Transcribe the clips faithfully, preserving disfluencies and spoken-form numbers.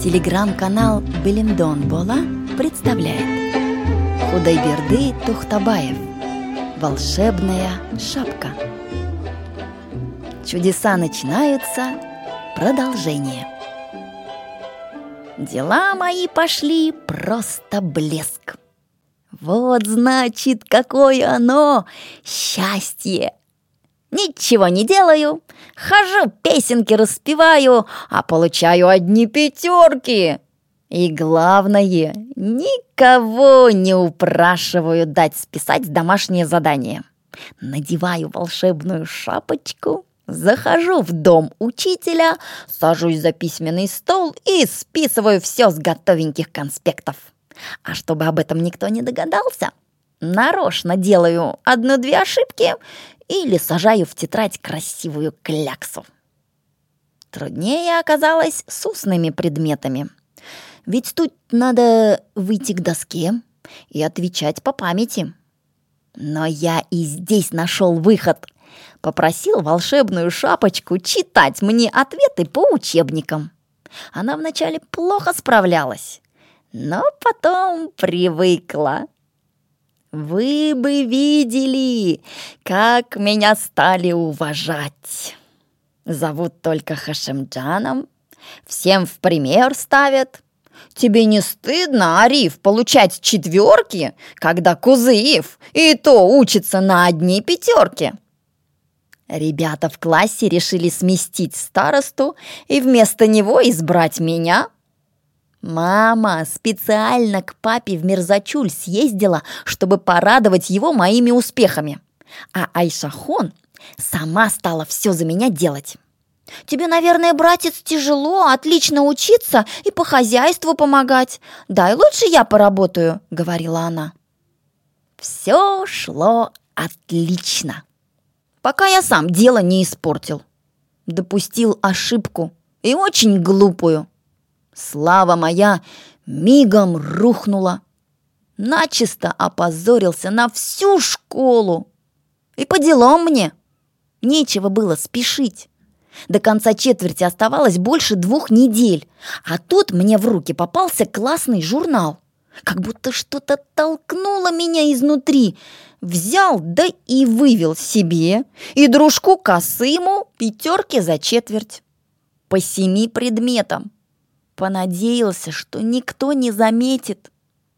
Телеграм-канал «Белимдон Бола» представляет Худайберды Тухтабаев. Волшебная шапка. Чудеса начинаются. Продолжение. Дела мои пошли просто блеск. Вот, значит, какое оно счастье! Ничего не делаю, хожу, песенки распеваю, а получаю одни пятерки. И главное, никого не упрашиваю дать списать домашнее задание. Надеваю волшебную шапочку, захожу в дом учителя, сажусь за письменный стол и списываю все с готовеньких конспектов. А чтобы об этом никто не догадался, нарочно делаю одну-две ошибки или сажаю в тетрадь красивую кляксу. Труднее оказалось с устными предметами. Ведь тут надо выйти к доске и отвечать по памяти. Но я и здесь нашел выход. Попросил волшебную шапочку читать мне ответы по учебникам. Она вначале плохо справлялась, но потом привыкла. Вы бы видели, как меня стали уважать. Зовут только Хашимджаном, всем в пример ставят. Тебе не стыдно, Ариф, получать четверки, когда Кузыев и то учится на одни пятерки? Ребята в классе решили сместить старосту и вместо него избрать меня. Мама специально к папе в Мирзачуль съездила, чтобы порадовать его моими успехами. А Айшахон сама стала все за меня делать. «Тебе, наверное, братец, тяжело отлично учиться и по хозяйству помогать. Дай лучше я поработаю», — говорила она. Все шло отлично, пока я сам дело не испортил. Допустил ошибку, и очень глупую. Слава моя мигом рухнула. Начисто опозорился на всю школу. И по делам мне. Нечего было спешить. До конца четверти оставалось больше двух недель. А тут мне в руки попался классный журнал. Как будто что-то толкнуло меня изнутри. Взял, да и вывел себе и дружку Касыму пятерки за четверть. По семи предметам. Понадеялся, что никто не заметит.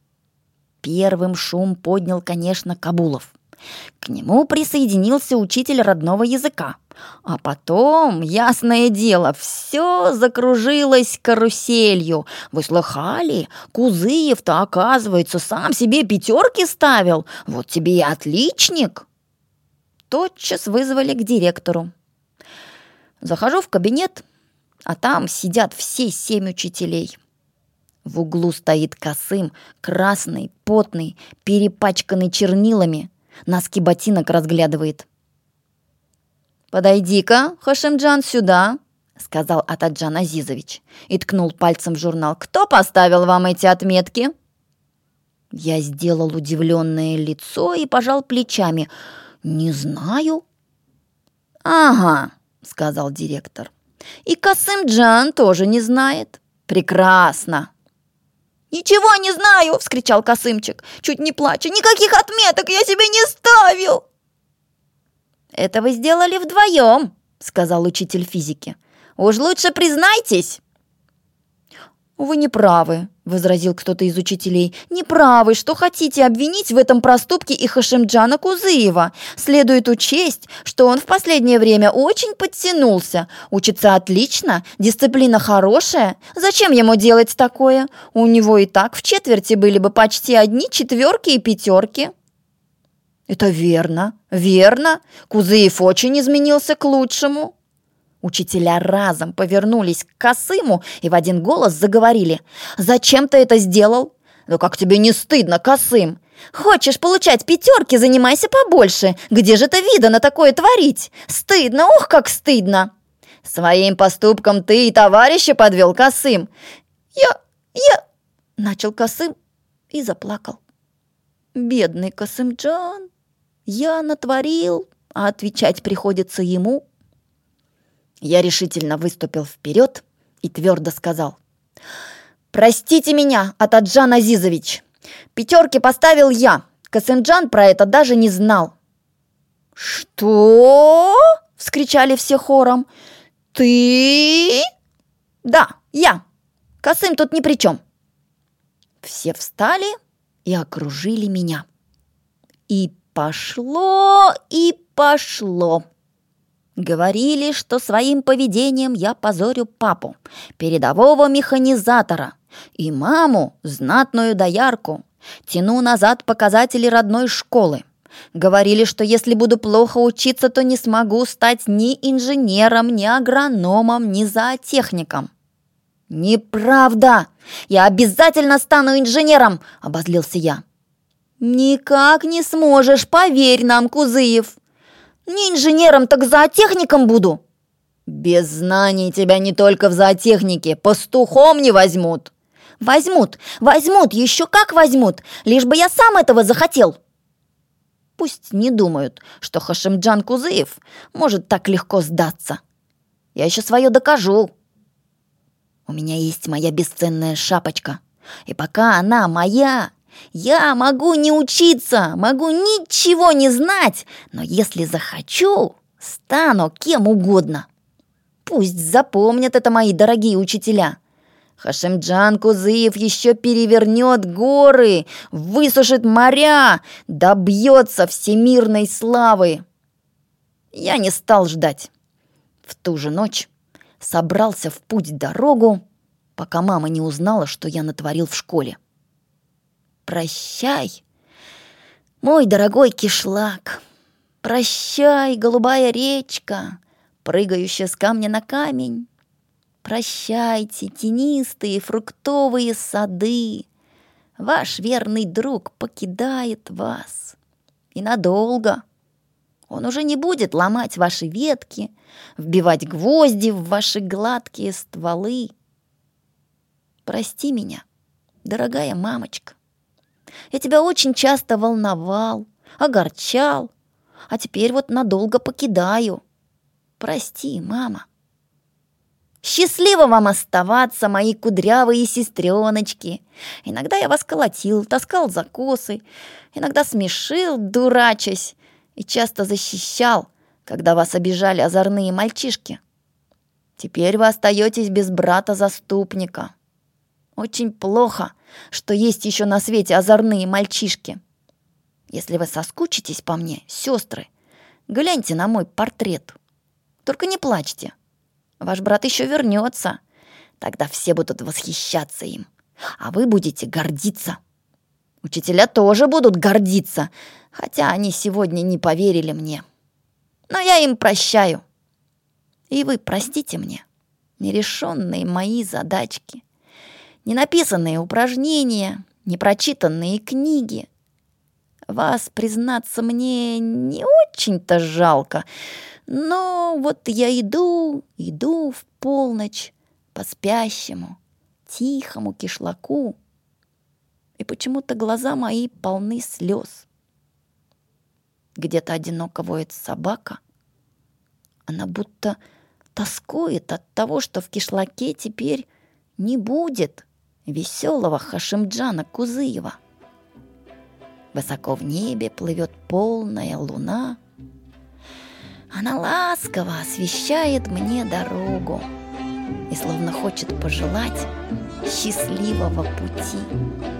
Первым шум поднял, конечно, Кабулов. К нему присоединился учитель родного языка. А потом, ясное дело, все закружилось каруселью. Вы слыхали? Кузыев-то, оказывается, сам себе пятерки ставил. Вот тебе и отличник. Тотчас вызвали к директору. Захожу в кабинет, а там сидят все семь учителей. В углу стоит Касым, красный, потный, перепачканный чернилами. Носки ботинок разглядывает. «Подойди-ка, Хашимджан, сюда», — сказал Атаджан Азизович и ткнул пальцем в журнал. «Кто поставил вам эти отметки?» Я сделал удивленное лицо и пожал плечами. «Не знаю». «Ага», — сказал директор. «И Касымджан тоже не знает. Прекрасно». «Ничего не знаю!» — вскричал Касымчик, чуть не плача. «Никаких отметок я себе не ставил!» «Это вы сделали вдвоем», — сказал учитель физики. «Уж лучше признайтесь». «Вы не правы», — возразил кто-то из учителей. «Не правы, что хотите обвинить в этом проступке и Хашимджана Кузыева. Следует учесть, что он в последнее время очень подтянулся. Учится отлично, дисциплина хорошая. Зачем ему делать такое? У него и так в четверти были бы почти одни четверки и пятерки». «Это верно, верно. Кузыев очень изменился к лучшему». Учителя разом повернулись к Касыму и в один голос заговорили. «Зачем ты это сделал?» «Да как тебе не стыдно, Касым? Хочешь получать пятерки, занимайся побольше. Где же это видано такое творить? Стыдно, ох, как стыдно!» «Своим поступком ты и товарища подвел, Касым». «Я, я...» — начал Касым и заплакал. «Бедный Касымджан, я натворил, а отвечать приходится ему». Я решительно выступил вперед и твердо сказал: «Простите меня, Атаджан Азизович. Пятерки поставил я. Касымджан про это даже не знал». «Что?» – вскричали все хором. «Ты?» «Да, я. Касым тут ни при чем». Все встали и окружили меня. И пошло, и пошло. Говорили, что своим поведением я позорю папу, передового механизатора, и маму, знатную доярку, тяну назад показатели родной школы. Говорили, что если буду плохо учиться, то не смогу стать ни инженером, ни агрономом, ни зоотехником. «Неправда! Я обязательно стану инженером!» – обозлился я. «Никак не сможешь, поверь нам, Кузыев. Не инженером, так зоотехником буду». «Без знаний тебя не только в зоотехнике, пастухом не возьмут». «Возьмут, возьмут, еще как возьмут, лишь бы я сам этого захотел». Пусть не думают, что Хашимджан Кузыев может так легко сдаться. Я еще свое докажу. У меня есть моя бесценная шапочка, и пока она моя, я могу не учиться, могу ничего не знать, но если захочу, стану кем угодно. Пусть запомнят это мои дорогие учителя. Хашимджан Кузыев еще перевернет горы, высушит моря, добьется всемирной славы. Я не стал ждать. В ту же ночь собрался в путь-дорогу, пока мама не узнала, что я натворил в школе. Прощай, мой дорогой кишлак, прощай, голубая речка, прыгающая с камня на камень. Прощайте, тенистые фруктовые сады. Ваш верный друг покидает вас. И надолго. Он уже не будет ломать ваши ветки, вбивать гвозди в ваши гладкие стволы. Прости меня, дорогая мамочка. Я тебя очень часто волновал, огорчал, а теперь вот надолго покидаю. Прости, мама. Счастливо вам оставаться, мои кудрявые сестреночки. Иногда я вас колотил, таскал за косы, иногда смешил, дурачась, и часто защищал, когда вас обижали озорные мальчишки. Теперь вы остаетесь без брата-заступника. Очень плохо, что есть еще на свете озорные мальчишки. Если вы соскучитесь по мне, сестры, гляньте на мой портрет. Только не плачьте. Ваш брат еще вернется. Тогда все будут восхищаться им, а вы будете гордиться. Учителя тоже будут гордиться, хотя они сегодня не поверили мне. Но я им прощаю. И вы простите мне нерешенные мои задачки, ненаписанные упражнения, непрочитанные книги. Вас, признаться, мне не очень-то жалко, но вот я иду, иду в полночь по спящему, тихому кишлаку, и почему-то глаза мои полны слез. Где-то одиноко воет собака. Она будто тоскует от того, что в кишлаке теперь не будет веселого Хашимджана Кузыева. Высоко в небе плывет полная луна. Она ласково освещает мне дорогу и словно хочет пожелать счастливого пути.